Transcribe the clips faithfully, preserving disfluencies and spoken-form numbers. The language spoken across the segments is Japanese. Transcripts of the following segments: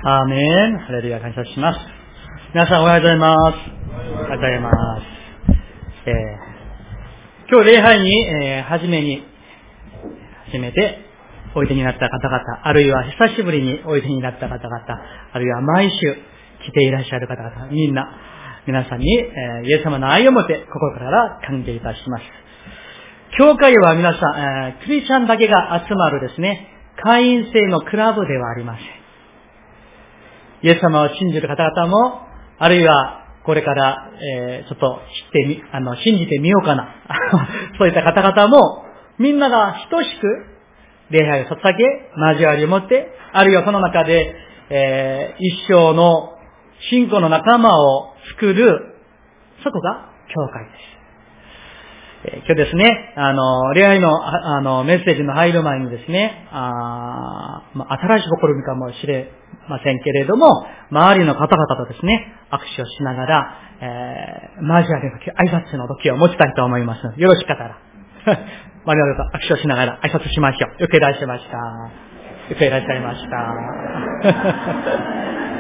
アーメン。ハレルヤ、感謝します。皆さんおはようございます。おはようございます。えー、今日礼拝に、えー、初めに、初めておいでになった方々、あるいは久しぶりにおいでになった方々、あるいは毎週来ていらっしゃる方々、みんな、皆さんに、えー、イエス様の愛をもって心から歓迎いたします。教会は皆さん、えー、クリスチャンだけが集まるですね、会員制のクラブではありません。イエス様を信じる方々も、あるいはこれから、えー、ちょっと知ってみ、あの、信じてみようかな。そういった方々も、みんなが等しく礼拝を捧げ、交わりを持って、あるいはその中で、えー、一生の信仰の仲間を作る、そこが教会です。今日ですね、あの、礼拝の、あの、メッセージの入る前にですね、あまあ、新しい試みかもしれませんけれども、周りの方々とですね、握手をしながら、えー、交わりの時、挨拶の時を持ちたいと思いますので、よろしかったら、我々と握手をしながら挨拶しましょう。よくいらっしゃいました。よくいらっしゃいました。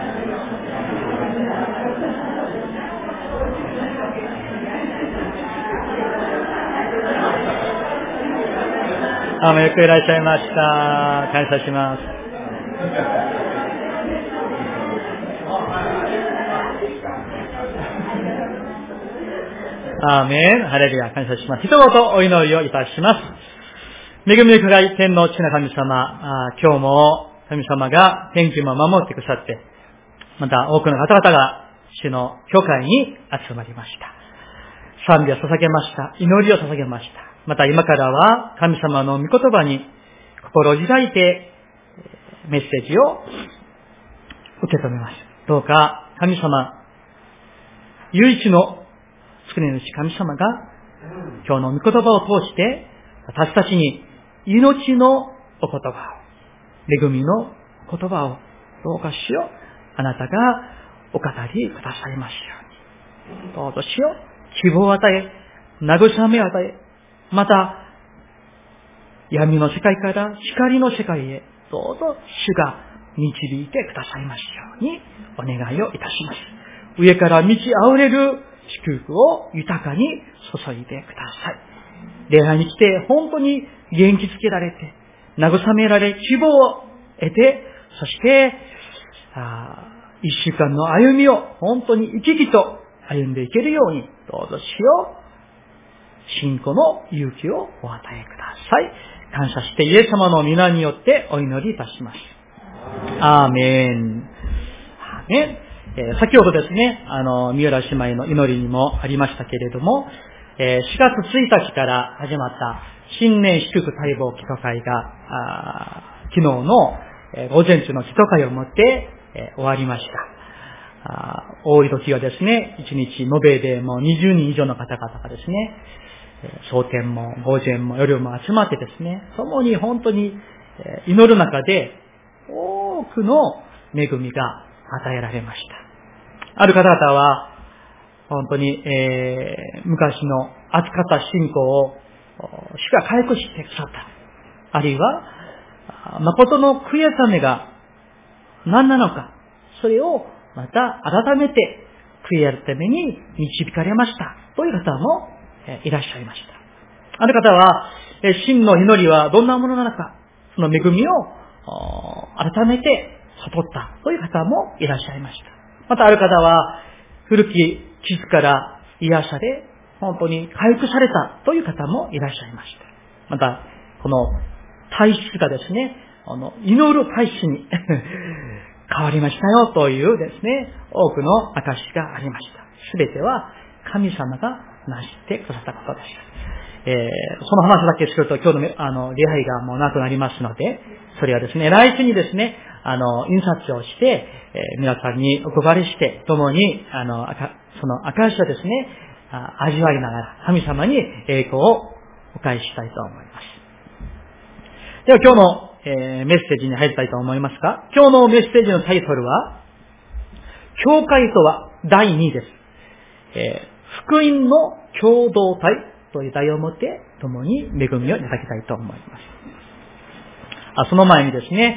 あよくいらっしゃいました。感謝します。アーメン。ハレルヤ。感謝します。一言お祈りをいたします。恵み深い天の父な神様、今日も神様が天気も守ってくださって、また多くの方々が主の教会に集まりました。賛美を捧げました。祈りを捧げました。また今からは神様の御言葉に心を開いてメッセージを受け止めます。どうか神様、唯一の作り主神様が今日の御言葉を通して私たちに命のお言葉を、恵みの言葉をどうかしよあなたがお語りくださいますように。どうぞしよ希望を与え、慰めを与え、また、闇の世界から光の世界へ、どうぞ主が導いてくださいますようにお願いをいたします。上から満ち溢れる祝福を豊かに注いでください。礼拝に来て本当に元気づけられて、慰められ、希望を得て、そして、あ一週間の歩みを本当に生き生きと歩んでいけるように、どうぞ主よ信仰の勇気をお与えください。感謝してイエス様の皆によってお祈りいたします。アーメン。アーメン。えー、先ほどですね、あの、三浦姉妹の祈りにもありましたけれども、えー、しがつついたちから始まった新年祝福待望祈祷会が、あ昨日の、えー、午前中の祈祷会をもって、えー、終わりました。あ多い時はですね、一日延べでもうにじゅうにん以上の方々がですね、蒼天も午前も夜も集まってですね、共に本当に祈る中で多くの恵みが与えられました。ある方々は本当に、えー、昔の熱かった信仰を主が回復してくださった。あるいは誠の悔やさめが何なのか、それをまた改めて悔やるために導かれましたという方もいらっしゃいました。ある方は、真の祈りはどんなものなのか、その恵みを改めて悟ったという方もいらっしゃいました。またある方は、古き傷から癒され、本当に回復されたという方もいらっしゃいました。また、この体質がですね、あの祈る体質に変わりましたよというですね、多くの証がありました。すべては神様が成してくださったことです。えー、その話だけすると今日の、あの礼拝がもうなくなりますので、それはですね、来週にですね、あの、印刷をして、えー、皆さんにお配りして、共に、あの、その証をですね、味わいながら、神様に栄光をお返ししたいと思います。では今日の、えー、メッセージに入りたいと思いますが、今日のメッセージのタイトルは、教会とはだいにです。えー福音の共同体という題をもって共に恵みをいただきたいと思います。あその前にですね、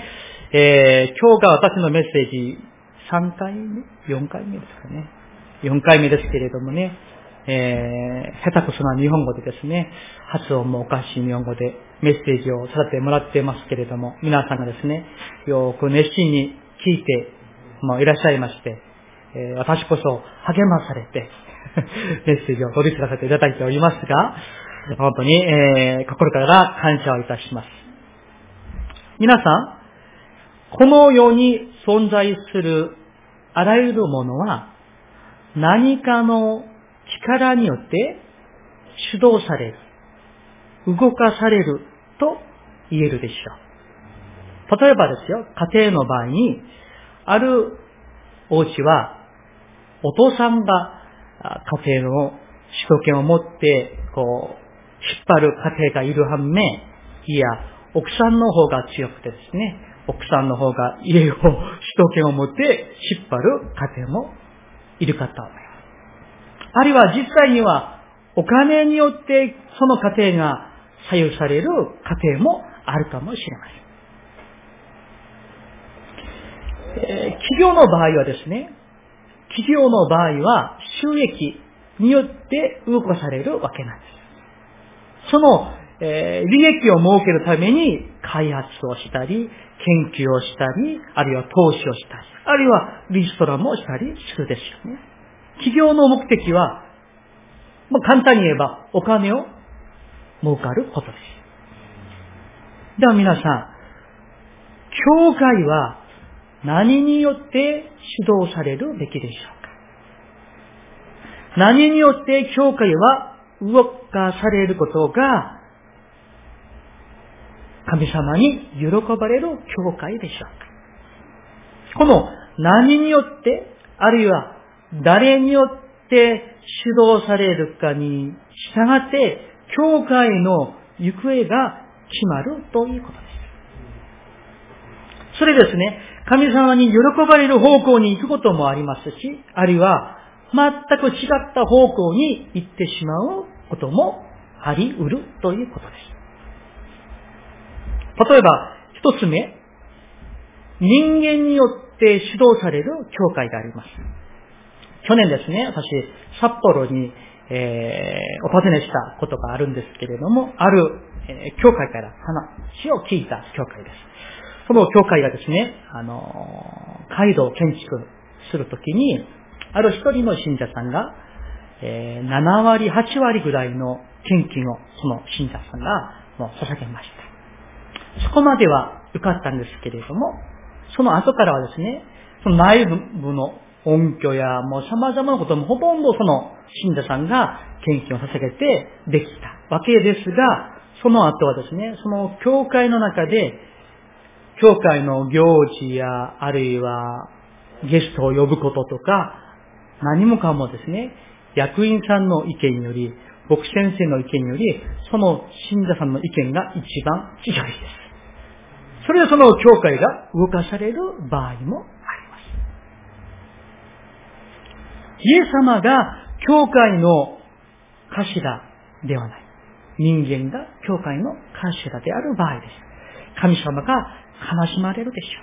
えー、今日が私のメッセージさんかいめ ?よん 回目ですかね。よんかいめですけれどもね、えー、下手くそな日本語でですね、発音もおかしい日本語でメッセージをさせてもらってますけれども、皆さんがですね、よく熱心に聞いてもいらっしゃいまして、えー、私こそ励まされて、メッセージを取り継がせていただいておりますが、本当に、えー、心から感謝をいたします。皆さん、この世に存在するあらゆるものは何かの力によって主導される、動かされると言えるでしょう。例えばですよ、家庭の場合に、あるお家はお父さんが家庭の主導権を持ってこう引っ張る家庭がいる反面、いや奥さんの方が強くてですね、奥さんの方が家を主導権を持って引っ張る家庭もいるかと思います。あるいは実際にはお金によってその家庭が左右される家庭もあるかもしれません。えー、企業の場合はですね、企業の場合は収益によって動かされるわけなんです。その、えー、利益を設けるために開発をしたり、研究をしたり、あるいは投資をしたり、あるいはリストラもしたりするでしょうね。企業の目的は、まあ、簡単に言えばお金を儲かることです。では皆さん、教会は何によって主導されるべきでしょうか。何によって教会は動かされることが神様に喜ばれる教会でしょうか。この何によって、あるいは誰によって主導されるかに従って、教会の行方が決まるということです。それですね、神様に喜ばれる方向に行くこともありますし、あるいは全く違った方向に行ってしまうこともあり得るということです。例えば、一つ目、人間によって主導される教会があります。去年ですね、私、札幌に、えー、お尋ねしたことがあるんですけれども、ある、えー、教会から話を聞いた教会です。その教会がですね、あのー、街道を建築するときに、ある一人の信者さんが、えー、ななわり、はちわりぐらいの献金をその信者さんがもう捧げました。そこまでは受かったんですけれども、その後からはですね、その内部の音響やもう様々なこともほとんどその信者さんが献金を捧げてできたわけですが、その後はですね、その教会の中で、教会の行事や、あるいはゲストを呼ぶこととか、何もかもですね、役員さんの意見より、牧師先生の意見より、その信者さんの意見が一番強いです。それでその教会が動かされる場合もあります。イエス様が教会の頭ではない。人間が教会の頭である場合です。神様が悲しまれるでしょう。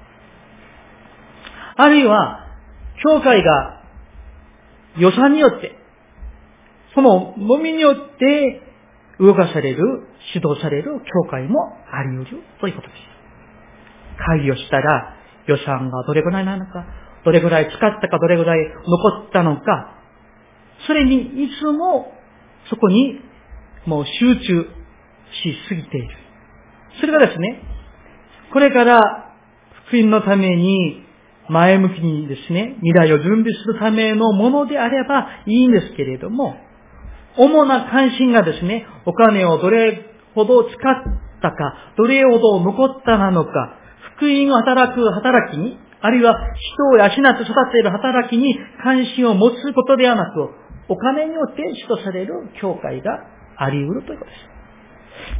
あるいは、教会が予算によって、そののみによって動かされる、指導される教会もあり得るということです。会議をしたら予算がどれぐらいなのか、どれぐらい使ったか、どれぐらい残ったのか、それにいつもそこにもう集中しすぎている。それがですね、これから福音のために前向きにですね、未来を準備するためのものであればいいんですけれども、主な関心がですね、お金をどれほど使ったか、どれほど残ったなのか、福音を働く働きに、あるいは人を養って育ている働きに関心を持つことではなく、お金によって主とされる教会があり得るということです。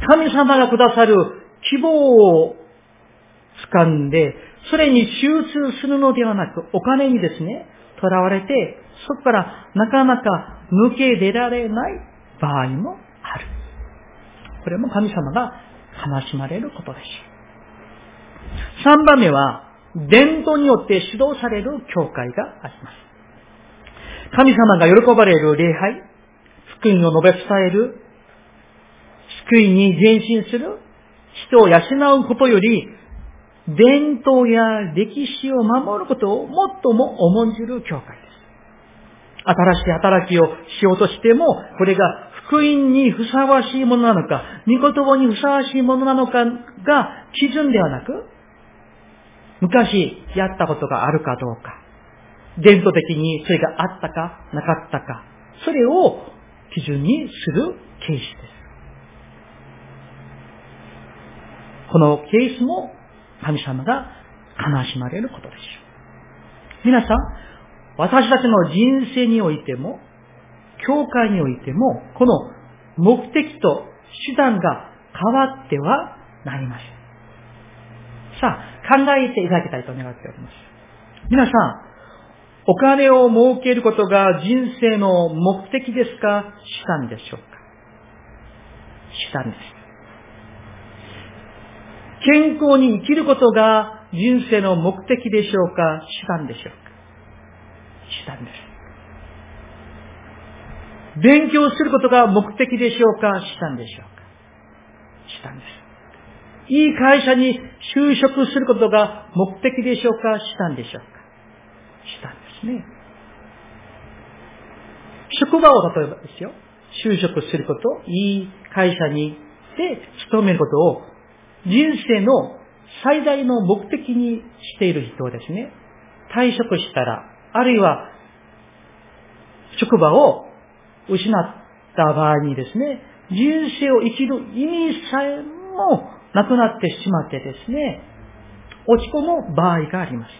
神様がくださる希望を掴んで、それに集中するのではなく、お金にですね、囚われて、そこからなかなか抜け出られない場合もある。これも神様が悲しまれることでしょう。 三番目は、伝統によって指導される教会があります。神様が喜ばれる礼拝、福音を述べ伝える、救いに前進する、人を養うことより、伝統や歴史を守ることを最も重んじる教会です。新しい働きをしようとしても、これが福音にふさわしいものなのか、御言葉にふさわしいものなのかが基準ではなく、昔やったことがあるかどうか、伝統的にそれがあったかなかったか、それを基準にするケースです。このケースも神様が悲しまれることでしょう。皆さん、私たちの人生においても、教会においても、この目的と手段が変わってはなりません。さあ、考えていただきたいと願っております。皆さん、お金を儲けることが人生の目的ですか、手段でしょうか。手段です。健康に生きることが人生の目的でしょうか、手段でしょうか。手段です。勉強することが目的でしょうか、手段でしょうか。手段です。いい会社に就職することが目的でしょうか、手段でしょうか。手段ですね。職場を例えばですよ、就職すること、いい会社にで勤めることを人生の最大の目的にしている人はですね、退職したら、あるいは職場を失った場合にですね、人生を生きる意味さえもなくなってしまってですね、落ち込む場合があります。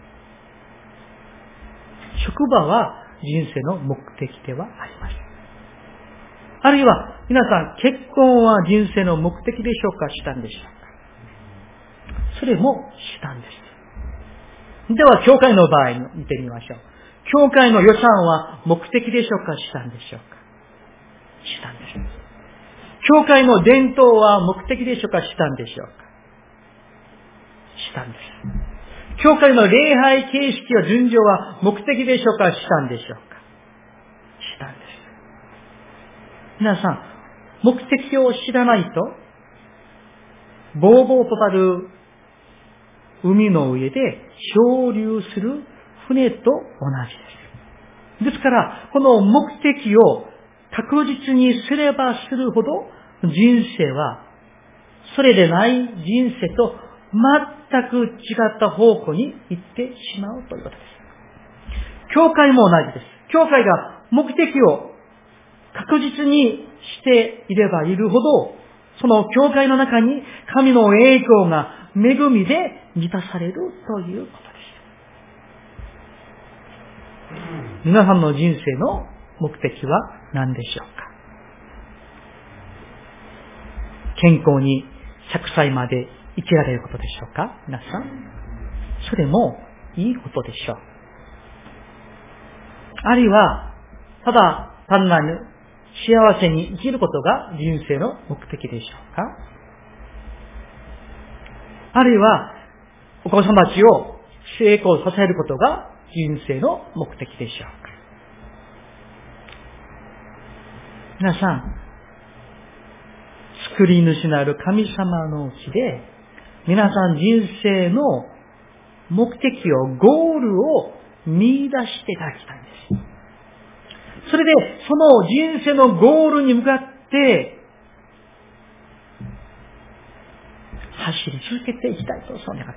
職場は人生の目的ではありません。あるいは皆さん、結婚は人生の目的でしょうか、手段でしょうか。それも手段です。では、教会の場合見てみましょう。教会の予算は目的でしょうか、手段でしょうか。手段です。教会の伝統は目的でしょうか、手段でしょうか。手段です。教会の礼拝形式や順序は目的でしょうか、手段でしょうか。手段です。皆さん、目的を知らないと、ぼうぼうとたる海の上で漂流する船と同じです。ですから、この目的を確実にすればするほど、人生は、それでない人生と全く違った方向に行ってしまうということです。教会も同じです。教会が目的を確実にしていればいるほど、その教会の中に神の栄光が恵みで満たされるということです。皆さんの人生の目的は何でしょうか。健康にひゃくさいまで生きられることでしょうか。皆さん、それもいいことでしょう。あるいは、ただ単なる幸せに生きることが人生の目的でしょうか。あるいは、お子様たちを成功させることが人生の目的でしょうか。皆さん、作り主なる神様のうちで、皆さん人生の目的を、ゴールを見出していただきたいんです。それで、その人生のゴールに向かって、走り続けていきたいと、そう願っております。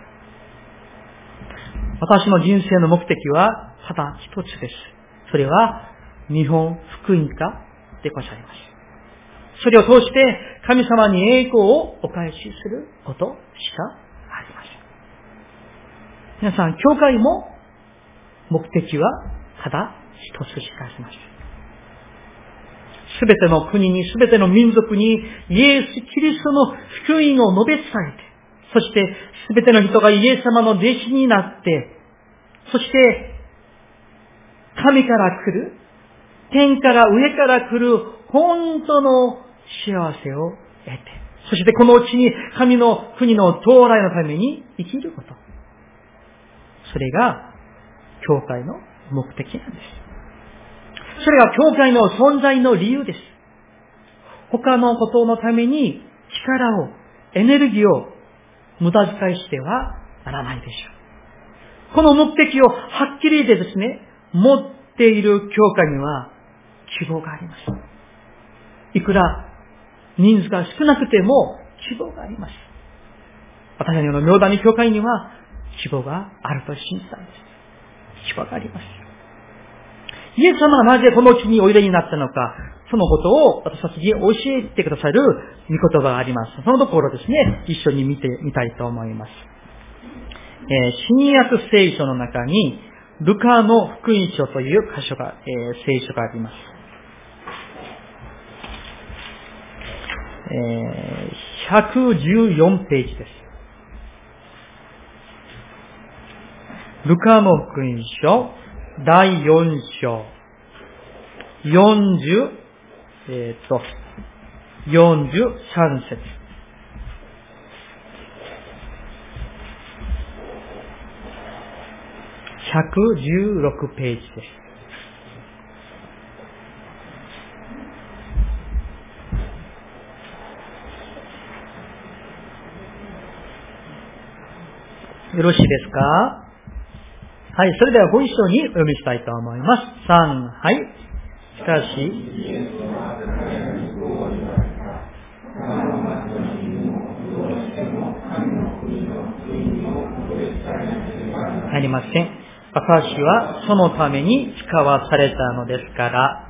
私の人生の目的は、ただ一つです。それは、日本福音化でございます。それを通して神様に栄光をお返しすることしかありません。皆さん、教会も目的はただ一つしかありません。すべての国に、すべての民族にイエス・キリストの福音を述べ伝えて、そしてすべての人がイエス様の弟子になって、そして神から来る、天から上から来る本当の幸せを得て、 そしてこのうちに神の国の到来のために生きること。それが、教会の目的なんです。それが教会の存在の理由です。他のことのために力を、エネルギーを無駄遣いしてはならないでしょう。この目的をはっきりでですね、持っている教会には希望があります。いくら人数が少なくても希望があります。私たちの明谷教会には希望があると信じたんです。希望があります。イエス様がなぜこの地においでになったのか、そのことを私たちに教えてくださる御言葉があります。そのところですね、一緒に見てみたいと思います。えー、新約聖書の中に、ルカの福音書という箇所が、えー、聖書があります。えー、ひゃくじゅうよんページです。ルカの福音書、だいよん章、よんじゅう、えっと、よんじゅうさん節。ひゃくじゅうろくページです。よろしいですか？はい、それではご一緒にお読みしたいと思います。さん、はい。しかし、ありません。私はそのために使わされたのですから、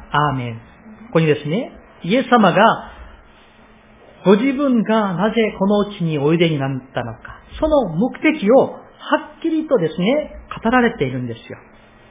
アーメン。ここにですね、イエス様が、ご自分がなぜこの地においでになったのか、その目的をはっきりとですね、語られているんですよ。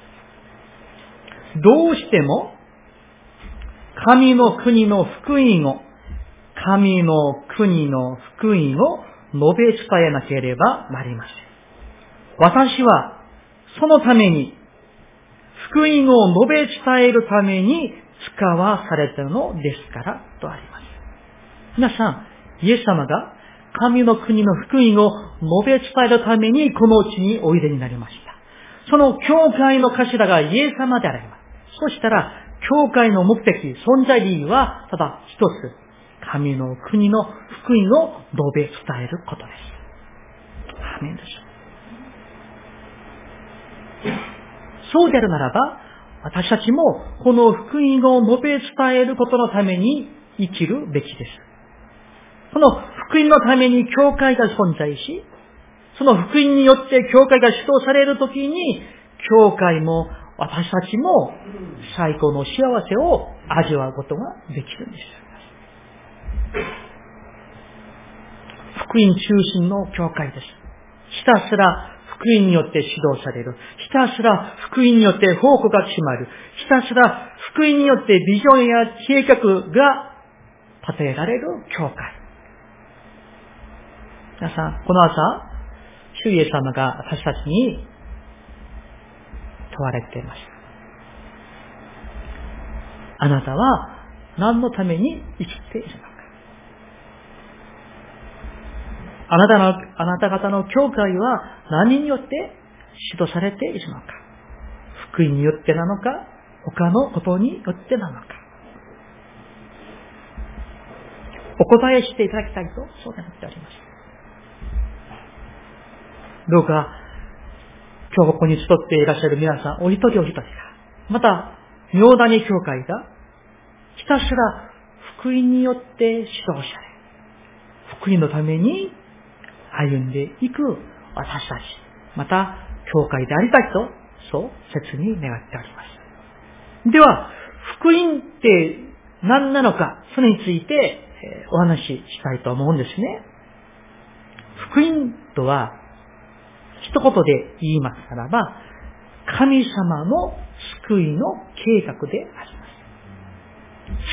どうしても、神の国の福音を、神の国の福音を述べ伝えなければなりません。私は、そのために、福音を述べ伝えるために使わされたのですから、とあります。皆さん、イエス様が神の国の福音を述べ伝えるためにこの地においでになりました。その教会の頭がイエス様であります。そしたら、教会の目的、存在理由はただ一つ、神の国の福音を述べ伝えることです。アーメンでしょう。そうであるならば、私たちもこの福音を述べ伝えることのために生きるべきです。この福音のために教会が存在し、その福音によって教会が指導されるときに、教会も私たちも最高の幸せを味わうことができるんです。福音中心の教会です。ひたすら福音によって指導される。ひたすら福音によって方向が決まる。ひたすら福音によってビジョンや計画が立てられる教会。皆さん、この朝、主イエス様が私たちに問われていました。あなたは何のために生きているのか。あなたの、あなた方の教会は何によって指導されているのか。福音によってなのか、他のことによってなのか。お答えしていただきたいと、そう願っております。どうか、今日ここに集っていらっしゃる皆さん、お一人お一人が、また、明谷教会が、ひたすら福音によって指導され、福音のために歩んでいく私たち、また、教会でありたいと、そう切に願っております。では、福音って何なのか、それについて、えー、お話ししたいと思うんですね。福音とは、一言で言いますならば、神様の救いの計画であります。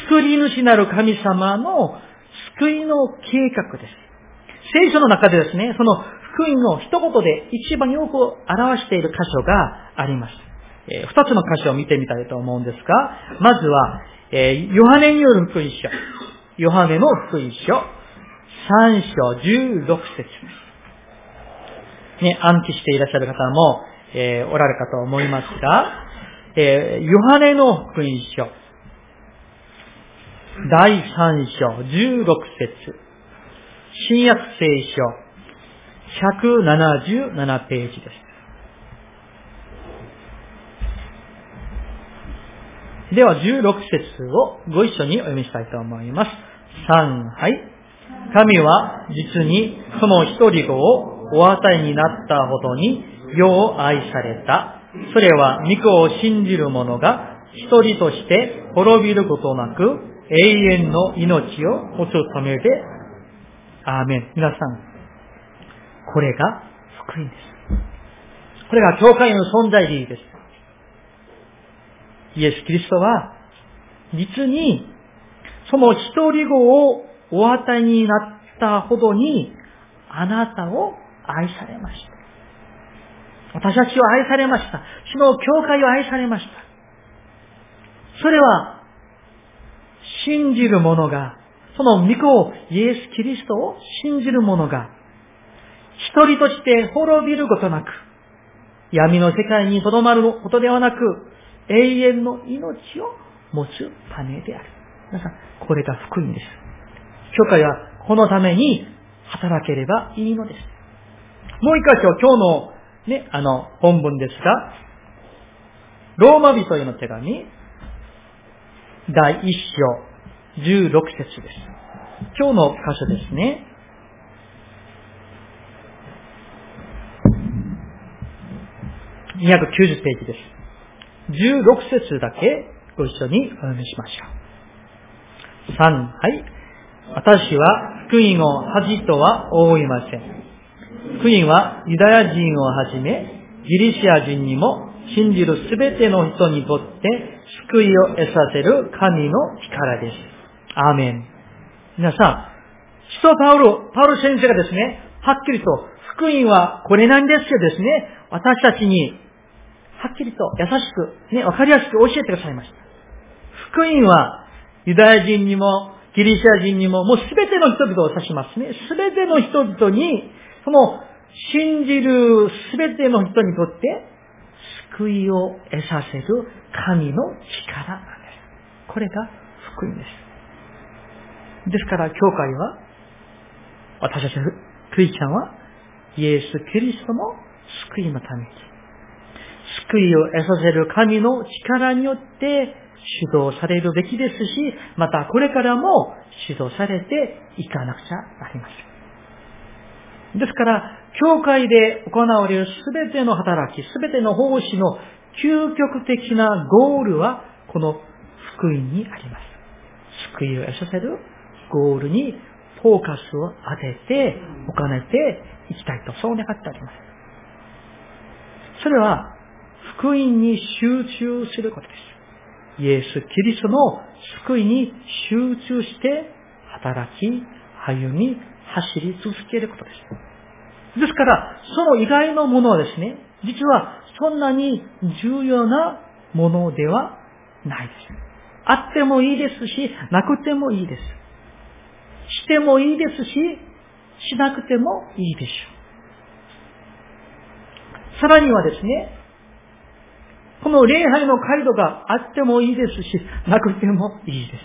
救い主なる神様の救いの計画です。聖書の中でですね、その福音の一言で一番よく表している箇所があります。えー、二つの箇所を見てみたいと思うんですが、まずは、えー、ヨハネによる福音書。ヨハネの福音書。 さん章じゅうろく節です。ね、暗記していらっしゃる方も、えー、おられるかと思いますが、えー、ヨハネの福音書、だいさん章じゅうろく節、新約聖書、ひゃくななじゅうななページです。ではじゅうろく節をご一緒にお読みしたいと思います。さん、はい。神は実にその一人子をお与えになったほどに世を愛された。それは御子を信じる者が一人として滅びることなく永遠の命を持つためで、アーメン。皆さん、これが福音です。これが教会の存在理由です。イエス・キリストは、実に、その一人子をお与えになったほどに、あなたを愛されました。私たちを愛されました。その教会を愛されました。それは、信じる者が、その御子を、イエス・キリストを信じる者が、一人として滅びることなく、闇の世界に留まることではなく、永遠の命を持つためである。皆さん、これが福音です。教会はこのために働ければいいのです。もう一箇所、今日のね、あの、本文ですが、ローマ人への手紙、だいいっ章、じゅうろく節です。今日の箇所ですね。にひゃくきゅうじゅうページです。じゅうろく節だけご一緒にお読みしましょう。さん、はい。私は福音を恥とは思いません。福音はユダヤ人をはじめ、ギリシア人にも信じるすべての人にとって救いを得させる神の力です。アーメン。皆さん、使徒パウロ、パウロ先生がですね、はっきりと福音はこれなんですよですね、私たちにはっきりと優しく、ね、わかりやすく教えてくださいました。福音はユダヤ人にもギリシャ人にももうすべての人々を指しますね。すべての人々に、その信じるすべての人にとって救いを得させる神の力なんです。これが福音です。ですから教会は、私たちクリスチャンはイエス・キリストの救いのために、救いを得させる神の力によって指導されるべきですし、またこれからも指導されていかなくちゃなりません。ですから、教会で行われるすべての働き、すべての奉仕の究極的なゴールは、この福音にあります。救いを得させるゴールにフォーカスを当てて、行っていきたいと、そう願っております。それは、福音に集中することです。イエス・キリストの救いに集中して働き、歩み、走り続けることです。ですから、その以外のものはですね、実はそんなに重要なものではないです。あってもいいですし、なくてもいいです。してもいいですし、しなくてもいいでしょう。さらにはですね、この礼拝の街道があってもいいですし、なくてもいいです。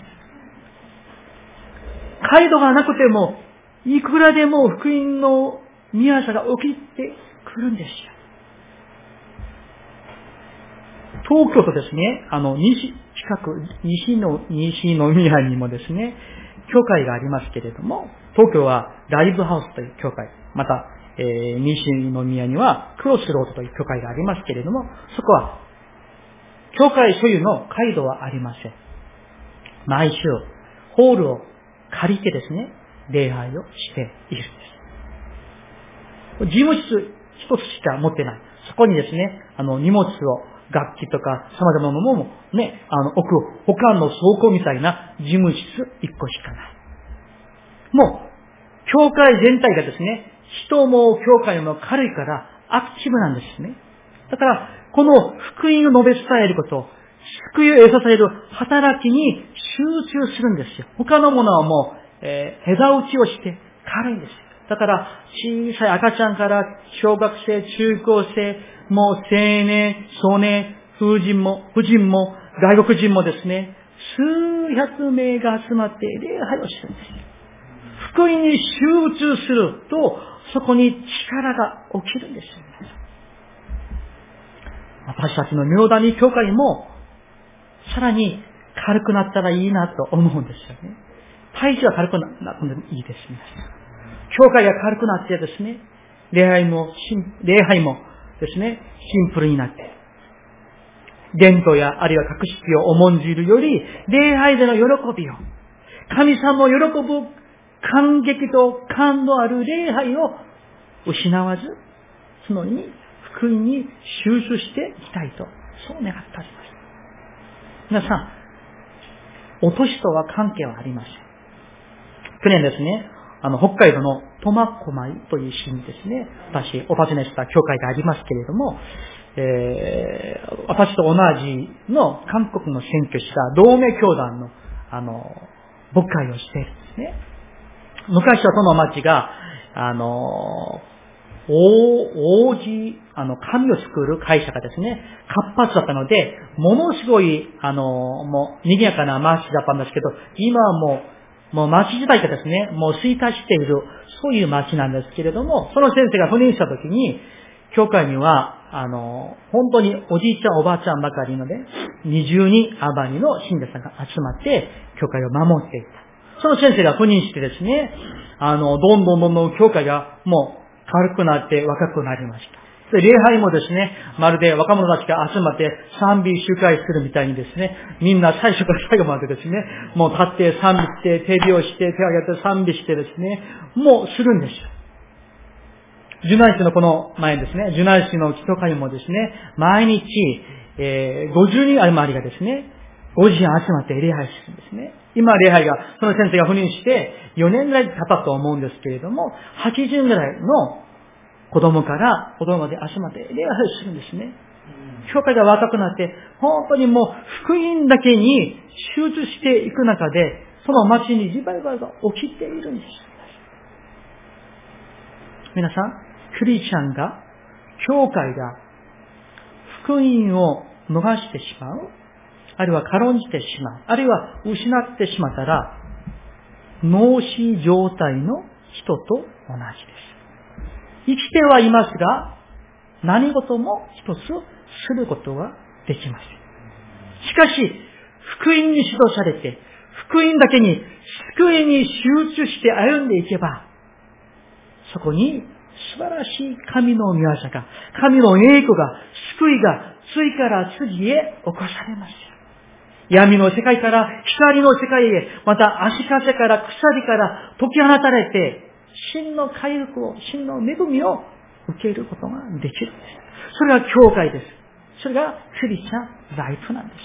街道がなくても、いくらでも福音の宮さが起きてくるんですよ。東京都ですね、あの、西、近く、西の、西の宮にもですね、教会がありますけれども、東京はライブハウスという教会、また、えー、西の宮にはクロスロードという教会がありますけれども、そこは教会所有の街道はありません。毎週、ホールを借りてですね、礼拝をしているんです。事務室一つしか持ってない。そこにですね、あの、荷物を、楽器とか様々なものもね、あの、置く、他の倉庫みたいな事務室一個しかない。もう、教会全体がですね、人も教会も軽いからアクティブなんですね。だから、この福音を述べ伝えること、救いを得させる働きに集中するんですよ。他のものはもう、えー、枝打ちをして、 軽いんです。だから、小さい赤ちゃんから小学生、中高生、もう青年、少年、婦人も、婦人も、外国人もですね、数百名が集まって礼拝をしてるんです。福音に集中すると、そこに力が起きるんです。私たちの明谷教会も、さらに軽くなったらいいなと思うんですよね。体重は軽くなってもいいです。皆さん。教会が軽くなってですね、礼拝も、礼拝もですね、シンプルになって、伝統やあるいは格式を重んじるより、礼拝での喜びを、神様を喜ぶ感激と感のある礼拝を失わず、そのに福音に集中していきたいと、そう願っております。皆さん、お年とは関係はありません。去年ですね、あの、北海道の苫小牧という市にですね、私、お尋ねした教会がありますけれども、えー、私と同じの韓国の選挙した同盟教団の、あの、牧会をしているんですね。昔はその町が、あの、王、王子、あの、紙を作る会社がですね、活発だったので、ものすごい、あの、もう、賑やかな町だったんですけど、今はもう、もう町自体がですね、もう衰退している、そういう町なんですけれども、その先生が赴任したときに、教会には、あの、本当におじいちゃんおばあちゃんばかりので、にじゅうにん余りの信者さんが集まって、教会を守っていた。その先生が赴任してですね、あの、どんどんどんどん教会がもう軽くなって若くなりました。で、礼拝もですね、まるで若者たちが集まって賛美集会するみたいにですね、みんな最初から最後までですね、もう立って賛美して、手拍子して、手を挙げて賛美してですね、もうするんですよ。ジュナイ市のこの前ですね、ジュナイ市の基礎会もですね、毎日、えー、ごじゅうにん余りがですね、ごじ集まって礼拝するんですね。今礼拝が、その先生が赴任してよねんぐらい経ったと思うんですけれども、はちじゅうぐらいの子供から子供まで集まって礼拝するんですね。教会が若くなって、本当にもう福音だけに集中していく中で、その町にリバイバルが起きているんです。皆さん、クリスチャンが、教会が福音を逃してしまう、あるいは軽んじてしまう、あるいは失ってしまったら、脳死状態の人と同じです。生きてはいますが、何事も一つすることができません。しかし、福音に指導されて、福音だけに、救いに集中して歩んでいけば、そこに素晴らしい神の御業が、神の栄光が、救いが次から次へ起こされます。闇の世界から光の世界へ、また足かせから鎖から解き放たれて、真の回復を、真の恵みを受けることができるんです。それが教会です。それがクリスチャンライフなんです。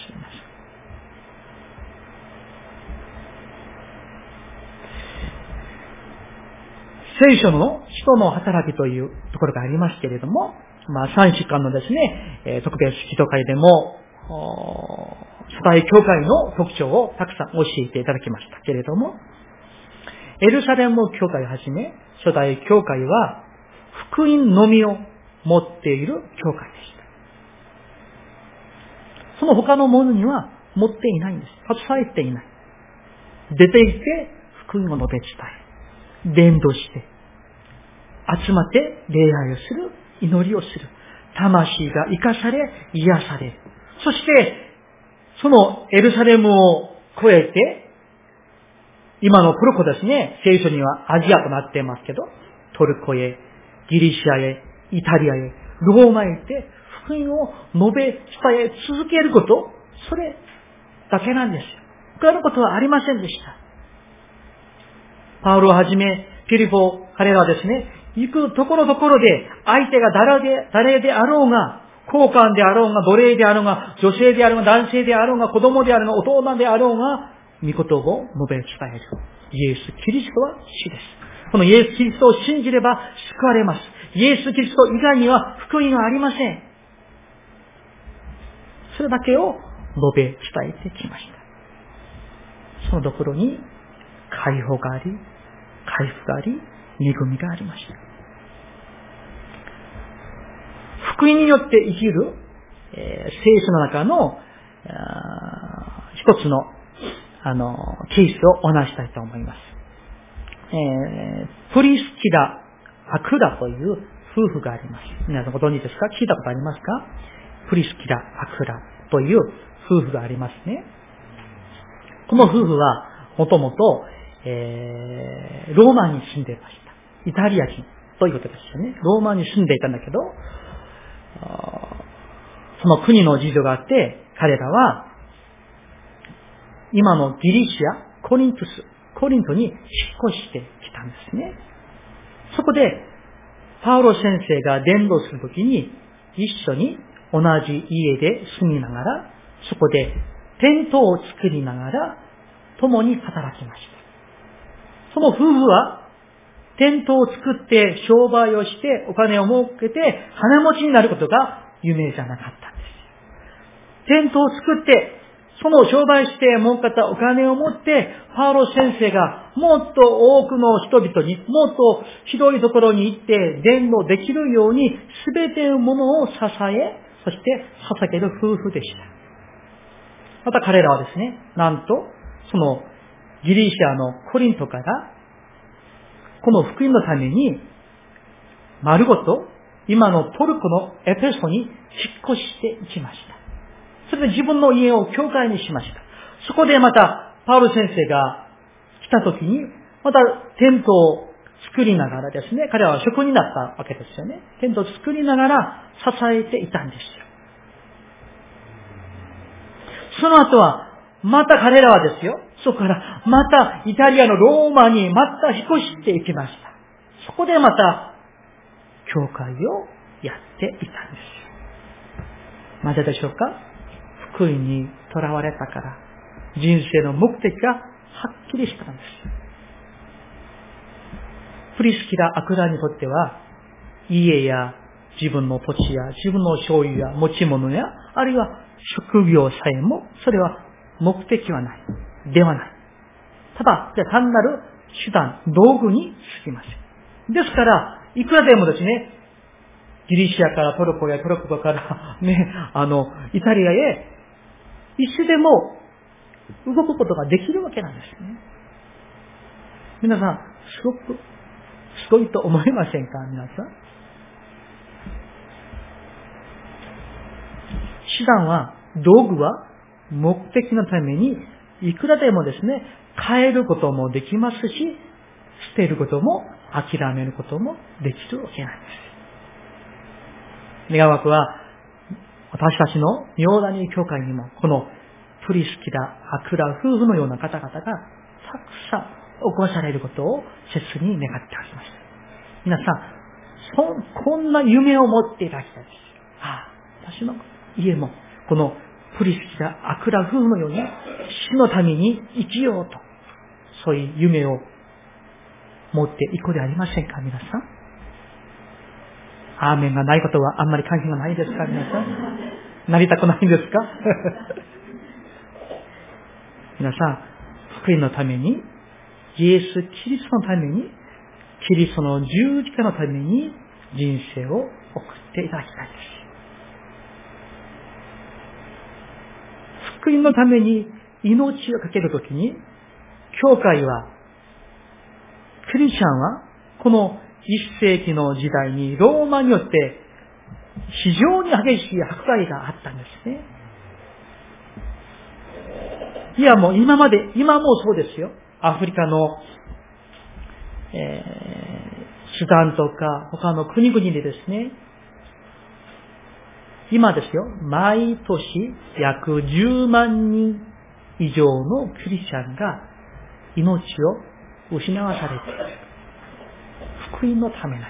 聖書の人の働きというところがありますけれども、まあ、三週間のですね、えー、特別祈祷会でも、初代教会の特徴をたくさん教えていただきましたけれども、エルサレム教会をはじめ、初代教会は福音のみを持っている教会でした。その他のものには持っていないんです。携えていない。出て行って福音を述べ伝え、伝道して、集まって礼拝をする、祈りをする。魂が生かされ、癒され。そして、そのエルサレムを越えて、今のトルコですね、聖書にはアジアとなっていますけど、トルコへ、ギリシャへ、イタリアへ、ローマへ行って、福音を述べ、伝え続けること、それだけなんですよ。他のことはありませんでした。パウロをはじめ、ピリポ、彼らはですね、行くところどころで、相手が誰で、誰であろうが、交換であろうが、奴隷であろうが、女性であろうが、男性であろうが、子供であろうが、大人であろうが、御言葉を述べ伝える。イエス・キリストは主です。このイエス・キリストを信じれば救われます。イエス・キリスト以外には福音はありません。それだけを述べ伝えてきました。そのところに解放があり、 回復があり、恵みがありました。福音によって生きる、えー、聖書の中の一つのあのケースをお話したいと思います。えー、プリスキラ・アクラという夫婦があります。皆さんご存知ですか？聞いたことありますか？プリスキラ・アクラという夫婦がありますね。この夫婦はもともとえー、ローマに住んでいました。イタリア人ということですよね。ローマに住んでいたんだけど、その国の事情があって、彼らは今のギリシア、コリントス、コリントに引っ越してきたんですね。そこで、パウロ先生が伝道するときに、一緒に同じ家で住みながら、そこでテントを作りながら、共に働きました。その夫婦は、テントを作って商売をしてお金を儲けて金持ちになることが夢じゃなかったんです。テントを作って、その商売して儲かったお金を持って、パウロ先生がもっと多くの人々に、もっと広いところに行って伝道できるように、すべてのものを支え、そして捧げる夫婦でした。また彼らはですね、なんと、そのギリシャのコリントから、この福音のために、丸ごと、今のトルコのエペソに引っ越していきました。それで自分の家を教会にしました。そこでまた、パウル先生が来た時に、またテントを作りながらですね、彼は職人になったわけですよね。テントを作りながら支えていたんですよ。その後は、また彼らはですよ、そこからまたイタリアのローマにまた引っ越していきました。そこでまた教会をやっていたんですよ。なぜでしょうか？福音に囚われたから、人生の目的がはっきりしたんですよ。プリスキラ・アクラにとっては、家や自分の土地や自分の所有や持ち物や、あるいは職業さえも、それは目的はない。ではない。ただ、単なる手段、道具に過ぎません。ですから、いくらでもですね、ギリシアからトルコやトルコからね、あの、イタリアへ、いつでも動くことができるわけなんですね。皆さん、すごく、すごいと思いませんか？皆さん。手段は、道具は、目的のために、いくらでもですね、変えることもできますし、捨てることも、諦めることもできるわけなんです。願わくは、私たちの妙谷教会にも、このプリスキラ・アクラ夫婦のような方々が、たくさん起こされることを切に願っております。皆さん、そこんな夢を持っていただきたいです。ああ、私の家も、このプリスキラ・アクラ夫婦のように、死のために生きようと、そういう夢を持っていこうではありませんか、皆さん。アーメンがないことはあんまり関係がないですか、皆さん。なりたくないんですか皆さん、福音のために、イエス・キリストのために、キリストの十字架のために人生を送っていただきたいです。福音のために命をかけるときに、教会は、クリスチャンは、この一世紀の時代にローマによって非常に激しい迫害があったんですね。いやもう今まで、今もそうですよ。アフリカの、えー、スダンとか他の国々でですね、今ですよ、毎年約じゅうまんにん以上のクリスチャンが命を失わされている。福音のためなんです。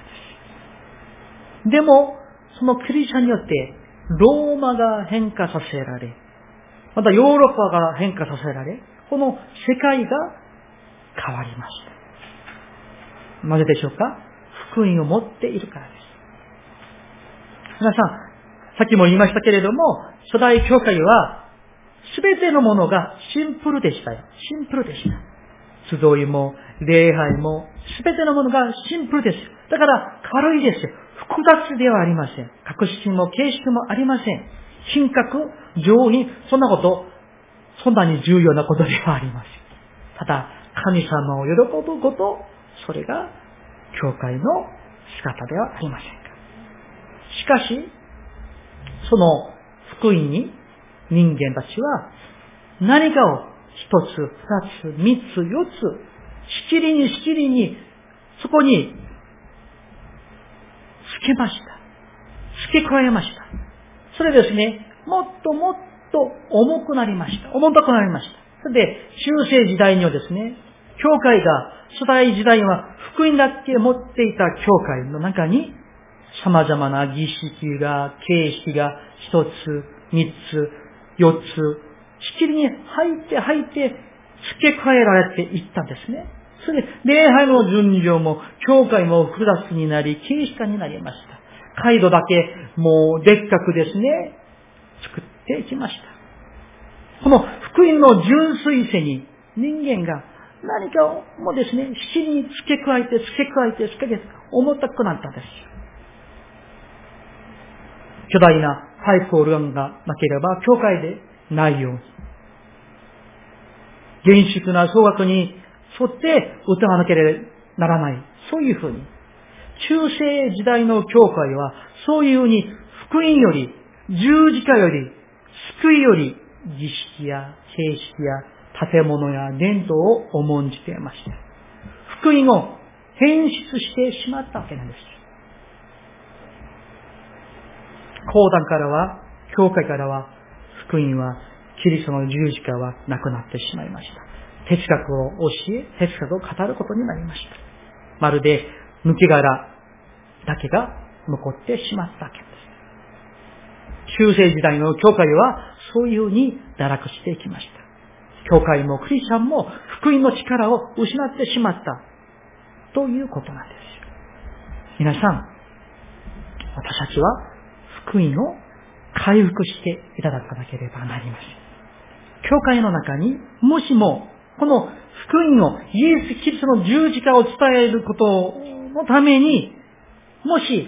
でも、そのクリスチャンによって、ローマが変化させられ、またヨーロッパが変化させられ、この世界が変わりました。なぜでしょうか？福音を持っているからです。皆さん、さっきも言いましたけれども、初代教会は、すべてのものがシンプルでしたよ。シンプルでした。集いも、 礼拝もすべてのものがシンプルです。だから軽いです。複雑ではありません。格式も形式もありません。品格、上品、そんなこと、そんなに重要なことではありません。ただ、神様を喜ぶこと、それが教会の姿ではありませんか。しかし、その福音に人間たちは何かを一つ、二つ、三つ、四つ、しきりにしきりにそこにつけました。付け加えました。それですね、もっともっと重くなりました。重たくなりました。それで、中世時代にはですね、教会が、初代時代には福音だけ持っていた教会の中に、様々な儀式が、形式が一つ、三つ、四つ、しきりに入って入って付け加えられていったんですね。それで、礼拝の順序も、教会も複雑になり、形式化になりました。街道だけ、もう、でっかくですね、作っていきました。この福音の純粋性に、人間が何かをもうですね、しきりに付け加えて、付け加えて、付け加えて、重たくなったんですよ。巨大なパイプオルガンがなければ、教会でないように。厳粛な奏楽に沿って歌わなければならない。そういうふうに。中世時代の教会は、そういうふうに福音より、十字架より、救いより、儀式や形式や建物や伝統を重んじていました。福音を変質してしまったわけなんです。講談からは、教会からは、福音は、キリストの十字架はなくなってしまいました。哲学を教え、哲学を語ることになりました。まるで抜け殻だけが残ってしまったわけです。中世時代の教会はそういうふうに堕落していきました。教会もクリスチャンも福音の力を失ってしまったということなんです。皆さん、私たちは福音を回復していただかなければなりません。教会の中にもしもこの福音をイエス・キリストの十字架を伝えることのために、もし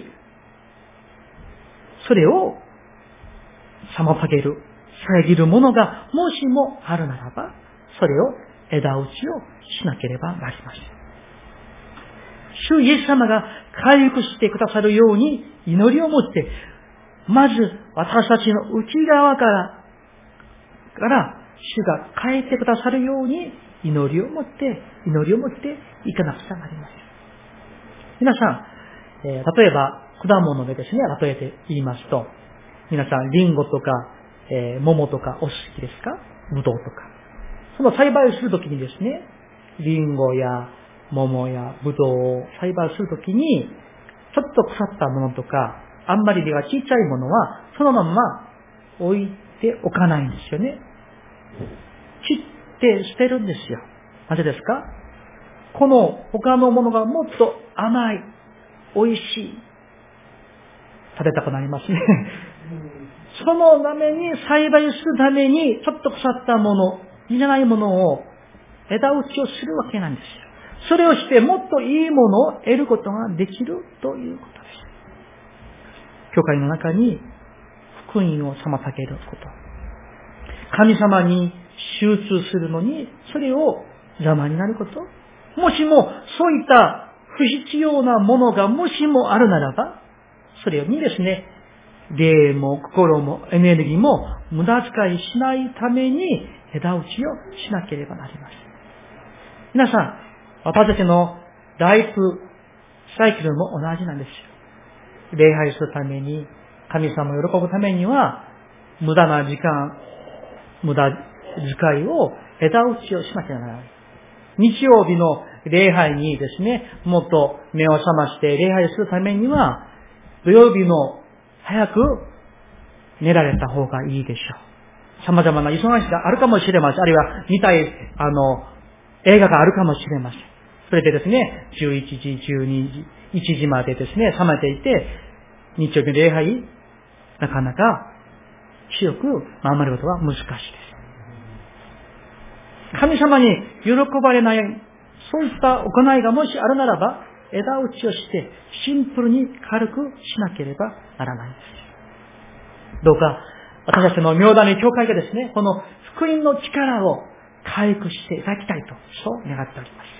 それを妨げる、遮るものがもしもあるならば、それを枝打ちをしなければなりません。主イエス様が回復してくださるように祈りを持って、まず私たちの内側から、から主が変えてくださるように祈りを持って、祈りを持っていかなくちゃなりません。皆さん、えー、例えば果物でですね、例えて言いますと、皆さんリンゴとか、えー、桃とかお好きですか？ブドウとか。その栽培するときにですね、リンゴや桃やブドウを栽培するときに、ちょっと腐ったものとか、あんまりでは小さいものは、そのまま置いておかないんですよね。切って捨てるんですよ。なぜですか？この他のものがもっと甘い、美味しい。食べたくなりますね。そのために、栽培するために、ちょっと腐ったもの、いいじゃないものを枝打ちをするわけなんですよ。それをしてもっといいものを得ることができるということです。教会の中に福音を妨げること。神様に集中するのに、それを邪魔になること。もしもそういった不必要なものがもしもあるならば、それにですね、霊も心もエネルギーも無駄遣いしないために枝打ちをしなければなりません。皆さん、私たちのライフサイクルも同じなんですよ。礼拝するために、神様を喜ぶためには、無駄な時間、無駄遣いを枝打ちをしなきゃならない。日曜日の礼拝にですね、もっと目を覚まして礼拝するためには、土曜日の早く寝られた方がいいでしょう。様々な忙しさがあるかもしれません。あるいは見たい、あの、映画があるかもしれません。それでですね、じゅういちじ、じゅうにじ、いちじまでですね、覚めていて、日曜日の礼拝、なかなか強く守ることは難しいです。神様に喜ばれないそういった行いがもしあるならば、枝打ちをしてシンプルに軽くしなければならないんです。どうか私たちの明谷教会がですね、この福音の力を回復していただきたいと、そう願っております。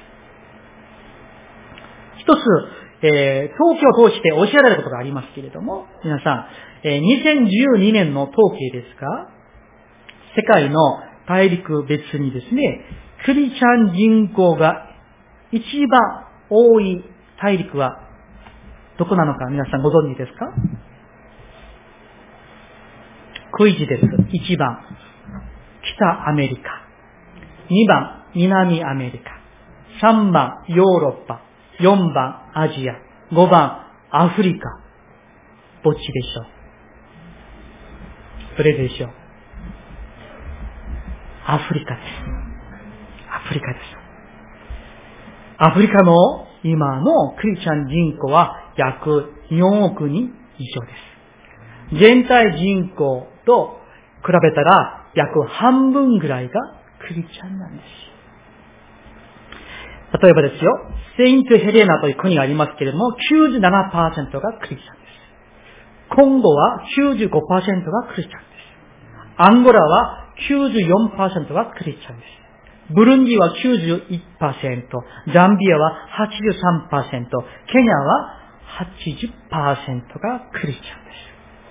一つ、えー、統計を通して教えられることがありますけれども、皆さん、えー、にせんじゅうにねんの統計ですが、世界の大陸別にですね、クリスチャン人口が一番多い大陸はどこなのか皆さんご存知ですか？クイズです。いちばん、北アメリカ。にばん、南アメリカ。さんばん、ヨーロッパ。よんばん、アジア。ごばん、アフリカ。どっちでしょう？どれでしょう？アフリカです。アフリカです。アフリカの今のクリスチャン人口は約よんおくにん以上です。全体人口と比べたら約半分ぐらいがクリスチャンなんです。例えばですよ、セイントヘレナという国がありますけれども、きゅうじゅうななパーセント がクリスチャンです。コンゴは きゅうじゅうごパーセント がクリスチャンです。アンゴラは きゅうじゅうよんパーセント がクリスチャンです。ブルンディは きゅうじゅういちパーセント、ザンビアは はちじゅうさんパーセント、ケニアは はちじゅっパーセント がクリスチャンです。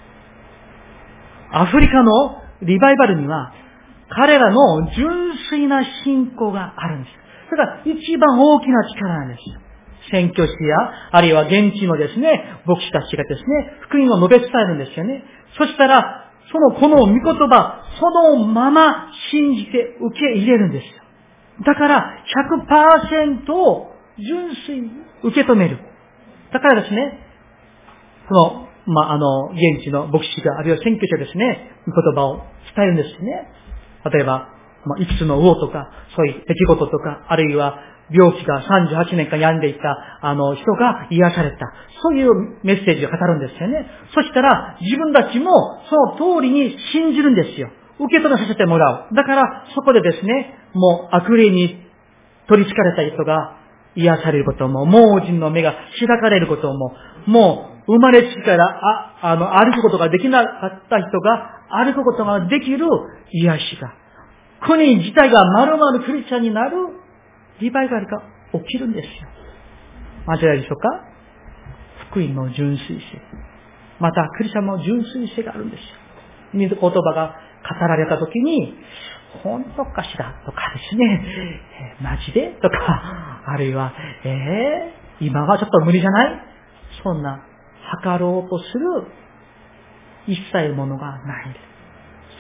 アフリカのリバイバルには彼らの純粋な信仰があるんです。それが一番大きな力なんです。宣教師や、あるいは現地のですね、牧師たちがですね、福音を述べ伝えるんですよね。そしたら、そのこの御言葉、そのまま信じて受け入れるんですよ。だから、ひゃくパーセント を純粋に受け止める。だからですね、その、まあ、あの、現地の牧師が、あるいは宣教師がですね、御言葉を伝えるんですよね。例えば、まあ、いくつの魚とか、そういう出来事とか、あるいは病気がさんじゅうはちねんかん病んでいた、あの、人が癒された。そういうメッセージを語るんですよね。そしたら、自分たちもその通りに信じるんですよ。受け止めさせてもらう。だから、そこでですね、もう悪霊に取り憑かれた人が癒されることも、盲人の目が開かれることも、もう生まれつきから、あ、あの、歩くことができなかった人が歩くことができる癒しが、国自体が丸々クリスチャンになるリバイバルが起きるんですよ。間違いでしょうか？福音の純粋性。また、クリスチャンの純粋性があるんですよ。言葉が語られたときに、本当かしらとかですね、えー、マジでとか、あるいは、えー、今はちょっと無理じゃない？そんな、測ろうとする一切ものがないんです。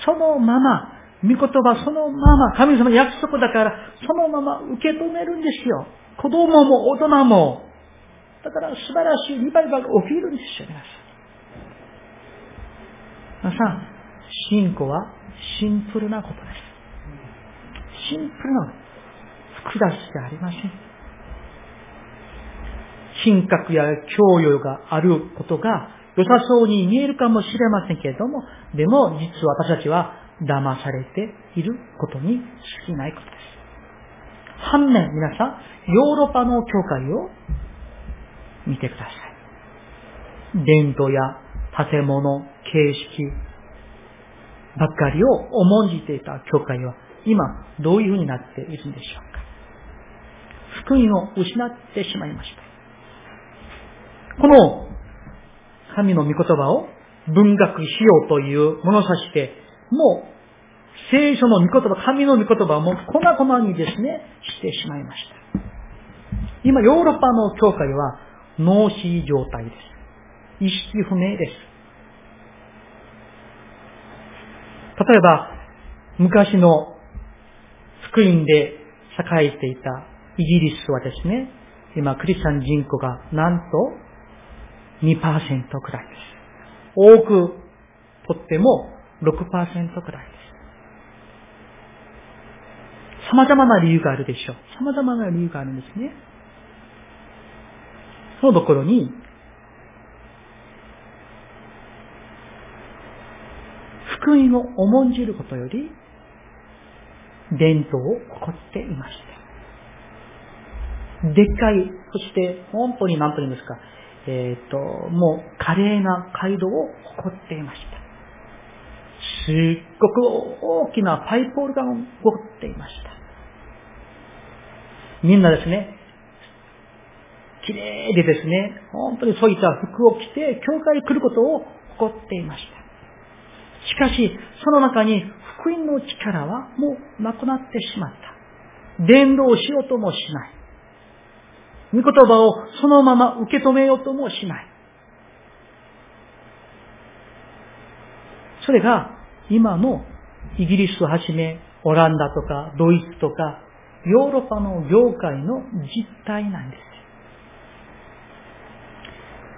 そのまま、御言葉そのまま、神様の約束だから、そのまま受け止めるんですよ。子供も大人も。だから素晴らしいリバイバルが起きるんですよ、皆さん。皆さん、信仰はシンプルなことです。シンプルな、複雑ではありません。品格や教養があることが良さそうに見えるかもしれませんけれども、でも実は私たちは騙されていることに過ぎないことです。反面、皆さん、ヨーロッパの教会を見てください。伝統や建物、形式ばっかりを重んじていた教会は今どういうふうになっているんでしょうか。福音を失ってしまいました。この神の御言葉を文学しようという物差しで、もう聖書の御言葉、神の御言葉をもう粉々にですね、してしまいました。今ヨーロッパの教会は脳死状態です。意識不明です。例えば、昔の福音で栄えていたイギリスはですね、今クリスチャン人口がなんとにパーセント くらいです。多くとっても ろくパーセント くらいです。様々な理由があるでしょう。様々な理由があるんですね。そのところに、福音を重んじることより、伝統を誇っていました。 でっかい、そして本当に何と言うんですか、えっと、もう華麗な街道を誇っていました。すっごく大きなパイプオルガンを誇っていました。みんなですね、綺麗でですね、本当にそういった服を着て教会に来ることを誇っていました。しかし、その中に福音の力はもうなくなってしまった。伝道しようともしない。御言葉をそのまま受け止めようともしない。それが今のイギリスをはじめ、オランダとかドイツとかヨーロッパの業界の実態なんです。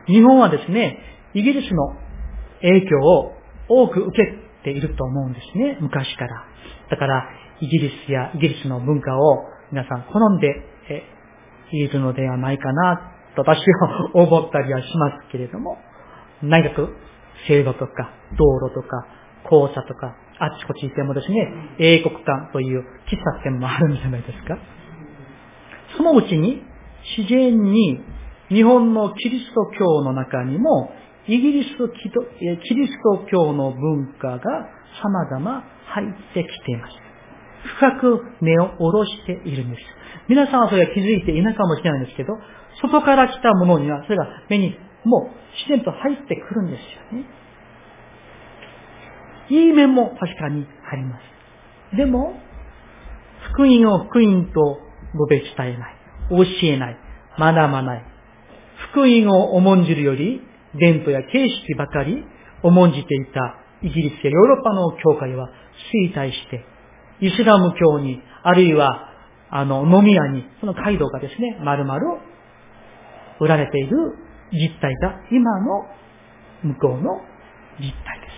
日本はですね、イギリスの影響を多く受けていると思うんですね、昔から。だから、イギリスやイギリスの文化を皆さん好んでいるのではないかなと私は思ったりはしますけれども、内閣制度とか道路とか交差とかあっちこっち行ってもですね、英国館という喫茶店もあるんじゃないですか。そのうちに自然に日本のキリスト教の中にもイギリスキリスト教の文化が様々入ってきています。深く根を下ろしているんです。皆さんはそれは気づいていないかもしれないんですけど、外から来たものにはそれが目にもう自然と入ってくるんですよね。いい面も確かにあります。でも、福音を福音と述べ伝えない、教えない、学ばない。福音を重んじるより、伝統や形式ばかり重んじていたイギリスやヨーロッパの教会は衰退して、イスラム教に、あるいは、あの、飲み屋に、その街道がですね、丸々売られている実態が今の向こうの実態です。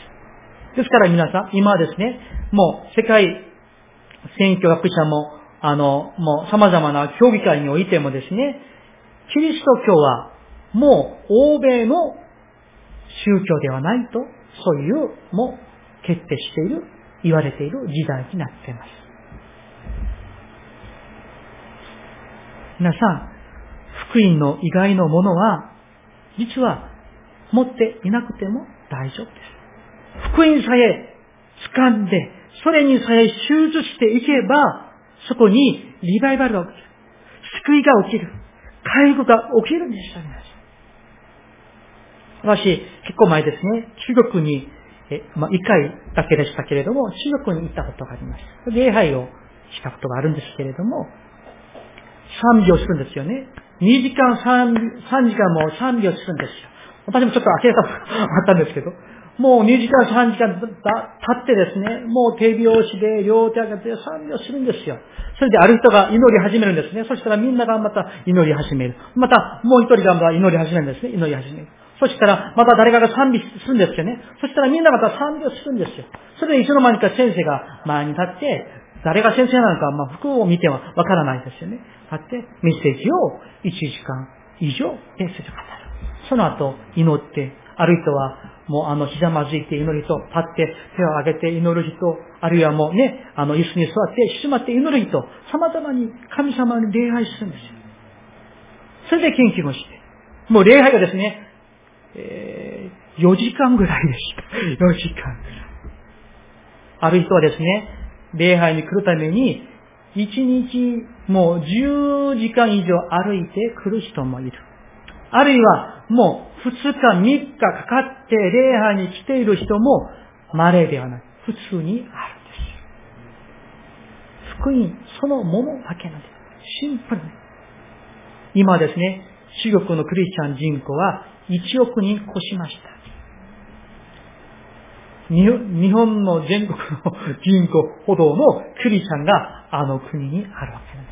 ですから皆さん、今はですね、もう世界宣教学者も、あの、もう様々な協議会においてもですね、キリスト教はもう欧米の宗教ではないと、そういうもう決定している、言われている時代になっています。皆さん、福音の以外のものは、実は持っていなくても大丈夫です。福音さえ掴んで、それにさえ集中していけば、そこにリバイバルが起きる。救いが起きる。回復が起きるんですよ、皆さん。私、結構前ですね、中国に、え、まあ、一回だけでしたけれども、中国に行ったことがあります。礼拝をしたことがあるんですけれども、賛美をするんですよね。にじかん、さんじかんも賛美をするんですよ。私もちょっと呆れたことがあったんですけど、もうにじかん、さんじかん経ってですね、もう手拍子で両手上げて賛美をするんですよ。それである人が祈り始めるんですね。そしたらみんながまた祈り始める。またもう一人がまた祈り始めるんですね。祈り始める。そしたらまた誰かが賛美するんですよね。そしたらみんなまた賛美をするんですよ。それでいつの間にか先生が前に立って、誰が先生なのか、まあ、服を見てはわからないですよね。立ってメッセージをいちじかん以上メッセージを語る。その後祈って、ある人はもうあのひざまずいて祈る人、立って手を挙げて祈る人、あるいはもうね、あの椅子に座って静まって祈る人、様々に神様に礼拝するんですよ。それで研究をして、もう礼拝がですね、えー、よじかんぐらいでした。よじかんぐらい。ある人はですね、礼拝に来るために、いちにちもうじゅうじかん以上歩いて来る人もいる。あるいはもうふつかみっかかかって礼拝に来ている人も稀ではない。普通にあるんです。福音そのものだけなんです。シンプルに。今ですね、中国のクリスチャン人口はいちおくにん越しました。日本の全国の人口ほどのクリスチャンがあの国にあるわけなんです。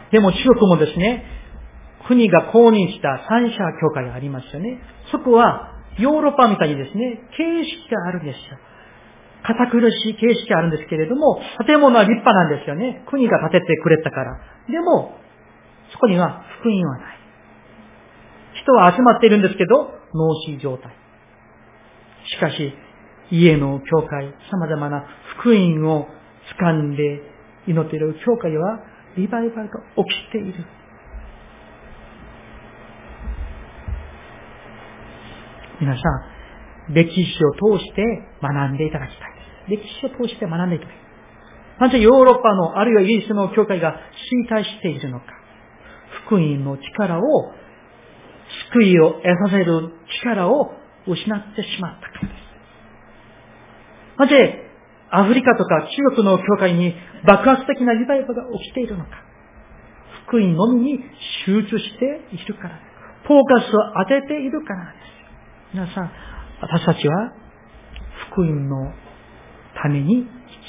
でも中国もですね、国が公認した三者教会がありますよね。そこはヨーロッパみたいにですね、形式があるんですよ。堅苦しい形式があるんですけれども、建物は立派なんですよね。国が建ててくれたから。でも、そこには福音はない。人は集まっているんですけど、脳死状態。しかし、家の教会、様々な福音を掴んで祈っている教会はリバイバルが起きている。皆さん、歴史を通して学んでいただきたいです。歴史を通して学んでいただきたい。なぜヨーロッパのあるいはイギリスの教会が衰退しているのか。福音の力を、救いを得させる力を失ってしまったからです。なぜアフリカとか中国の教会に爆発的なリバイバルが起きているのか。福音のみに集中しているからです。フォーカスを当てているからです。皆さん、私たちは福音のために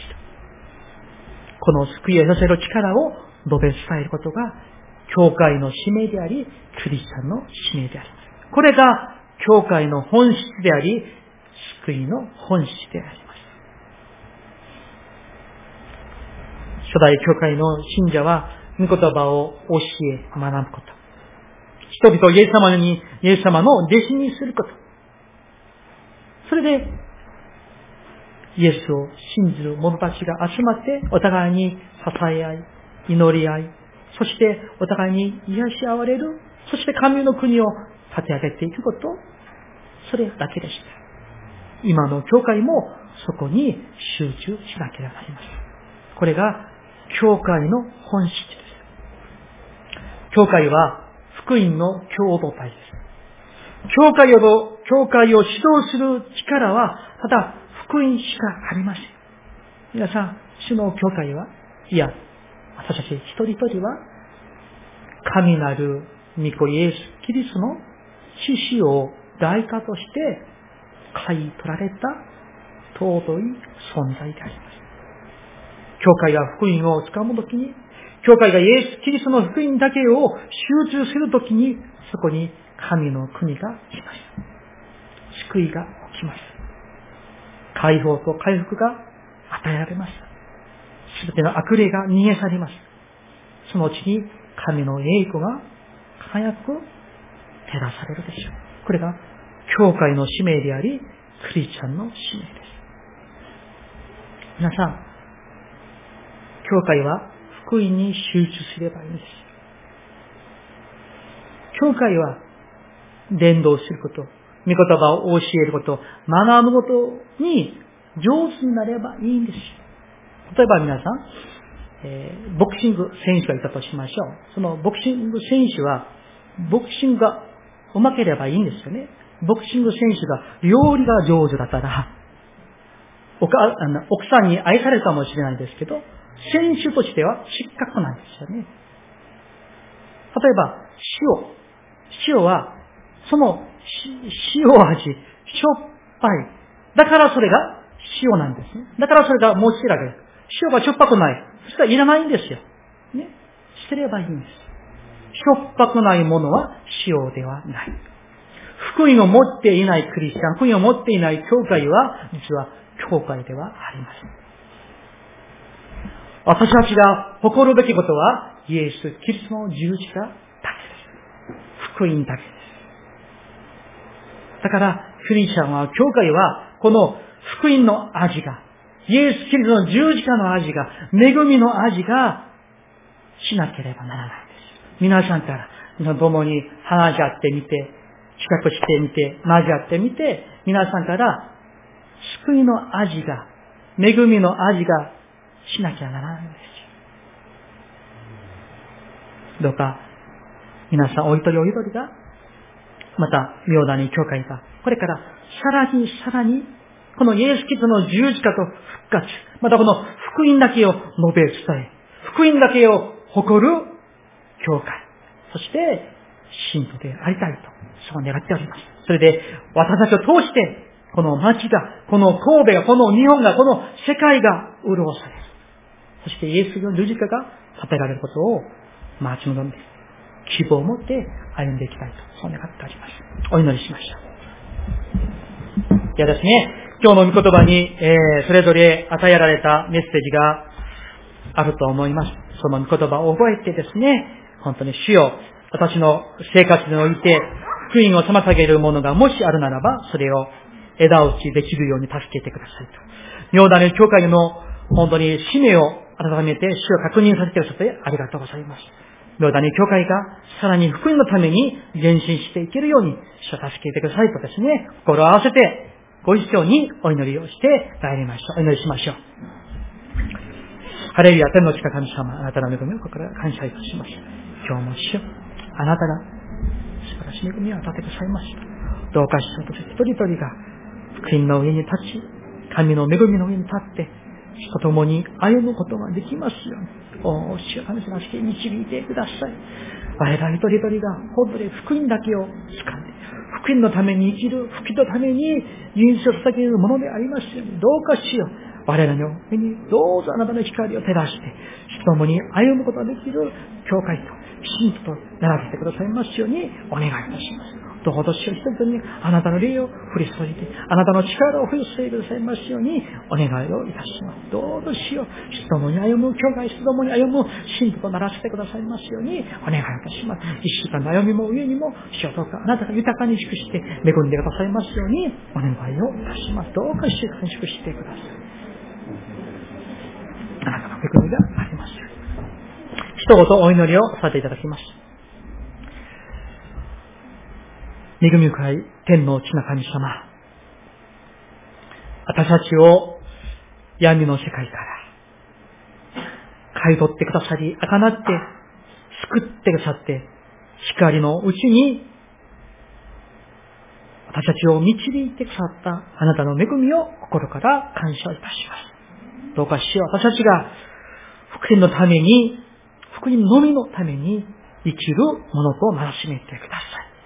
この救いを得させる力を述べ伝えることが教会の使命であり、クリスチャンの使命であります。これが教会の本質であり、救いの本質であります。初代教会の信者は、御言葉を教え、学ぶこと。人々をイエス様に、イエス様の弟子にすること。それで、イエスを信じる者たちが集まって、お互いに支え合い、祈り合い、そしてお互いに癒し合われる、そして神の国を立て上げていくこと、それだけでした。今の教会もそこに集中しなければなりません。これが教会の本質です。教会は福音の共同体です。教会を、教会を指導する力は、ただ福音しかありません。皆さん、主の教会は、いや、私たち一人一人は、神なる御子イエス・キリストの血潮を代価として買い取られた尊い存在であります。教会が福音をつかむときに、教会がイエス・キリストの福音だけを集中するときに、そこに神の国が来ます。救いが起きます。解放と回復が与えられます。すべての悪霊が逃げ去ります。そのうちに神の栄光が輝く照らされるでしょう。これが教会の使命であり、クリスチャンの使命です。皆さん、教会は福音に集中すればいいんです。教会は伝道すること、御言葉を教えること、学ぶことに上手になればいいんです。例えば皆さん、えー、ボクシング選手がいたとしましょう。そのボクシング選手は、ボクシングが上手ければいいんですよね。ボクシング選手が料理が上手だったら、おかあの奥さんに愛されるかもしれないですけど、選手としては失格なんですよね。例えば、塩。塩は、その塩味、しょっぱい。だからそれが塩なんですね。だからそれがもう一られる。塩がしょっぱくない。そしたらいらないんですよ。ね。捨てればいいんです。しょっぱくないものは塩ではない。福音を持っていないクリスチャン、福音を持っていない教会は、実は教会ではありません。私たちが誇るべきことは、イエス・キリストの十字架だけです。福音だけです。だから、クリスチャンは、教会は、この福音の味が、イエス・キリストの十字架の味が、恵みの味が、しなければならないです。皆さんから、共に話し合ってみて、近くしてみて、交わってみて、皆さんから、救いの味が、恵みの味が、しなきゃならないんです。どうか、皆さんお一人お一人が、また、妙谷教会が、これからさらにさらに、このイエス・キリストの十字架と復活、またこの福音だけを述べ伝え、福音だけを誇る教会、そして信徒でありたいと、そう願っております。それで、私たちを通して、この町が、この神戸が、この日本が、この世界が潤される。そしてイエスの十字架が立てられることを待ち望んで、希望を持って歩んでいきたいと、そう願っております。お祈りしましょう。いやですね、今日の御言葉に、えー、それぞれ与えられたメッセージがあると思います。その御言葉を覚えてですね、本当に主よ、私の生活において福音を妨げるものがもしあるならば、それを枝打ちできるように助けてくださいと。妙な教会の本当に使命を改めて主を確認させてくださってありがとうございます。妙だに教会がさらに福音のために前進していけるように主を助けてくださいとですね、心を合わせてご一緒にお祈りをして帰りましょう。お祈りしましょう。ハレルヤ、天の地の神様、あなたの恵みを心から感謝いたします。今日も主よ、あなたが素晴らしい恵みを与えてくださいました。どうか主よ、私一人一人が福音の上に立ち、神の恵みの上に立って、主と共に歩むことができますように。おー、主よ、神様して導いてください。我ら一人一人が本当に福音だけを掴んで、福音のために生きる、福音のために人生を捧げるものでありますように。どうか主よ、我らの上にどうぞあなたの光を照らして、主と共に歩むことができる教会と信徒とならせてくださいますようにお願いいたします。どうぞ主よ、人々にあなたの霊を降り注いで、あなたの力を降り注いでくださいますようにお願いをいたします。どうぞ主よ、主と共に歩む教会、主と共に歩む信徒とならせてくださいますようにお願いいたします。一週間の歩みも上にも、主よ、どうかあなたが豊かに祝して恵んでくださいますようにお願いをいたします。どうか一週間祝してください。あなたの恵みがあります。一言お祈りをさせていただきます。恵み深い天の地の神様、私たちを闇の世界から買い取ってくださり、贖って救ってくださって、光のうちに私たちを導いてくださったあなたの恵みを心から感謝いたします。どうか主よ、私たちが福音のために、福音のみのために生きるものとならしめてください。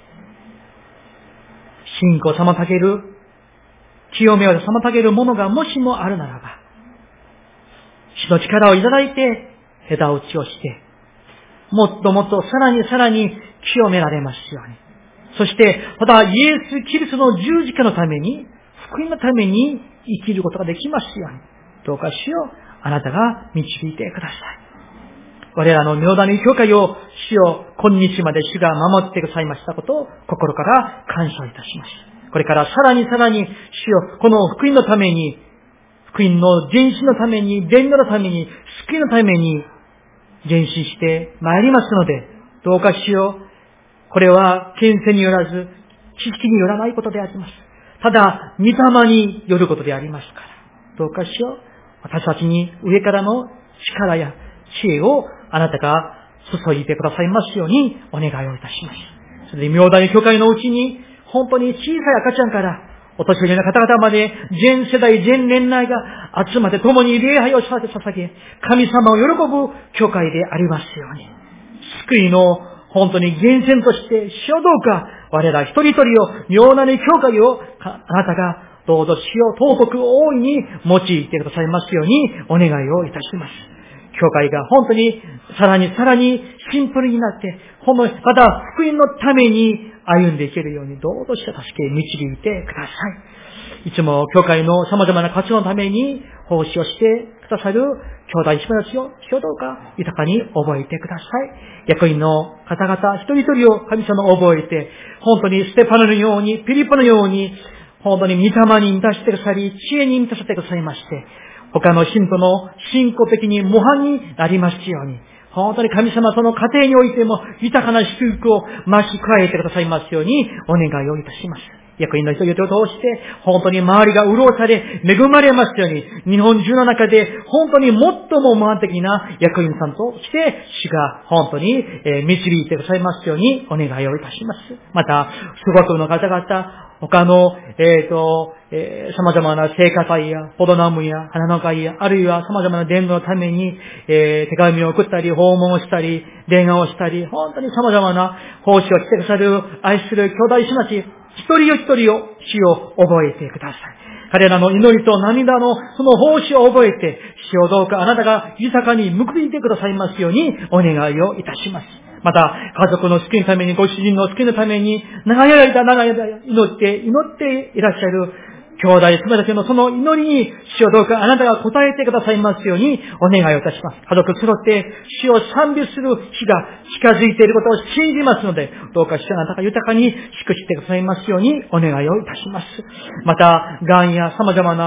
信仰を妨げる、清めを妨げるものがもしもあるならば、主の力をいただいて枝打ちをして、もっともっとさらにさらに清められますように。そして、またイエス・キリストの十字架のために、福音のために生きることができますように。どうか主よ、あなたが導いてください。我らの妙だに教会を主よ、今日まで主が守ってくださいましたことを心から感謝いたします。これからさらにさらに主よ、この福音のために、福音の前進のために、伝道のために、救いのために前進して参りますので、どうか主よ、これは権勢によらず、知識によらないことであります。ただ、御霊によることでありますから、どうか主よ、私たちに上からの力や知恵をあなたが注いでくださいますようにお願いをいたします。それで妙だに教会のうちに本当に小さい赤ちゃんからお年寄りの方々まで全世代全年代が集まって共に礼拝を捧げ、神様を喜ぶ教会でありますように、救いの本当に源泉として主よ、どうか我ら一人一人を妙なに教会をあなたがどうぞ主よ、東国を大いに用いてくださいますようにお願いをいたします。教会が本当にさらにさらにシンプルになって、ほんのまた福音のために歩んでいけるようにどうぞ主を助け導いてください。いつも教会の様々な活動のために奉仕をしてくださる兄弟姉妹たちを主よ、どうか豊かに覚えてください。役員の方々一人一人を神様を覚えて、本当にステパノのようにピリポのように本当に御霊に満たしてくださり、知恵に満たしてくださいまして、他の信徒の信仰的に模範になりますように、本当に神様その家庭においても豊かな祝福を増し加えてくださいますようにお願いをいたします。役員の人々を通して、本当に周りが潤され、恵まれますように、日本中の中で、本当に最も模範的な役員さんとして、主が本当に、えー、導いてくださいますように、お願いをいたします。また、祖国の方々、他の、えっと、えー、様々な聖歌会や、ポドナムや、花の会や、あるいは様々な伝道のために、えー、手紙を送ったり、訪問をしたり、電話をしたり、本当に様々な奉仕をしてくださる、愛する兄弟姉妹、一人一人を主を覚えてください。彼らの祈りと涙のその奉仕を覚えて、主をどうかあなたが豊かに報いてくださいますようにお願いをいたします。また、家族の救いのために、ご主人の救いのために、長い間長い間祈って、祈っていらっしゃる兄弟、妻たちのその祈りに、主をどうかあなたが応えてくださいますようにお願いをいたします。家族揃って、主を賛美する日が近づいていることを信じますので、どうか主あなたが豊かに祝してくださいますようにお願いをいたします。また、癌や様々な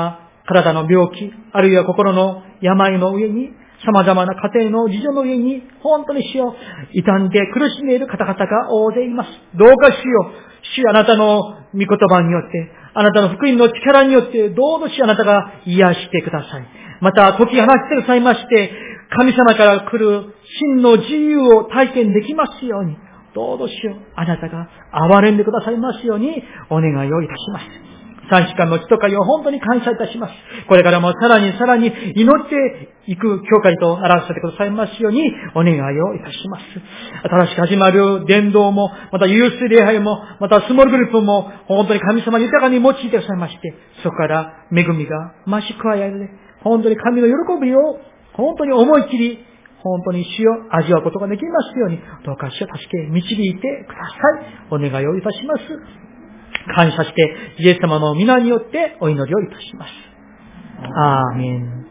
体の病気、あるいは心の病の上に、様々な家庭の事情の上に、本当に主よ、傷んで苦しんでいる方々が大勢います。どうか主よ、主よあなたの御言葉によって、あなたの福音の力によって、どうぞ主よあなたが癒してください。また、解き放してくださいまして、神様から来る真の自由を体験できますように、どうぞ主よあなたが憐れんでくださいますように、お願いをいたします。三時間の地と会を本当に感謝いたします。これからもさらにさらに祈っていく教会とならせてくださいますようにお願いをいたします。新しく始まる伝道も、またユース礼拝も、またスモールグループも本当に神様に豊かに用いてくださいまして、そこから恵みが増し加えられ、本当に神の喜びを本当に思い切り、本当に主を味わうことができますように、どうか主を助け、導いてください。お願いをいたします。感謝して、イエス様の皆によってお祈りをいたします。アーメン。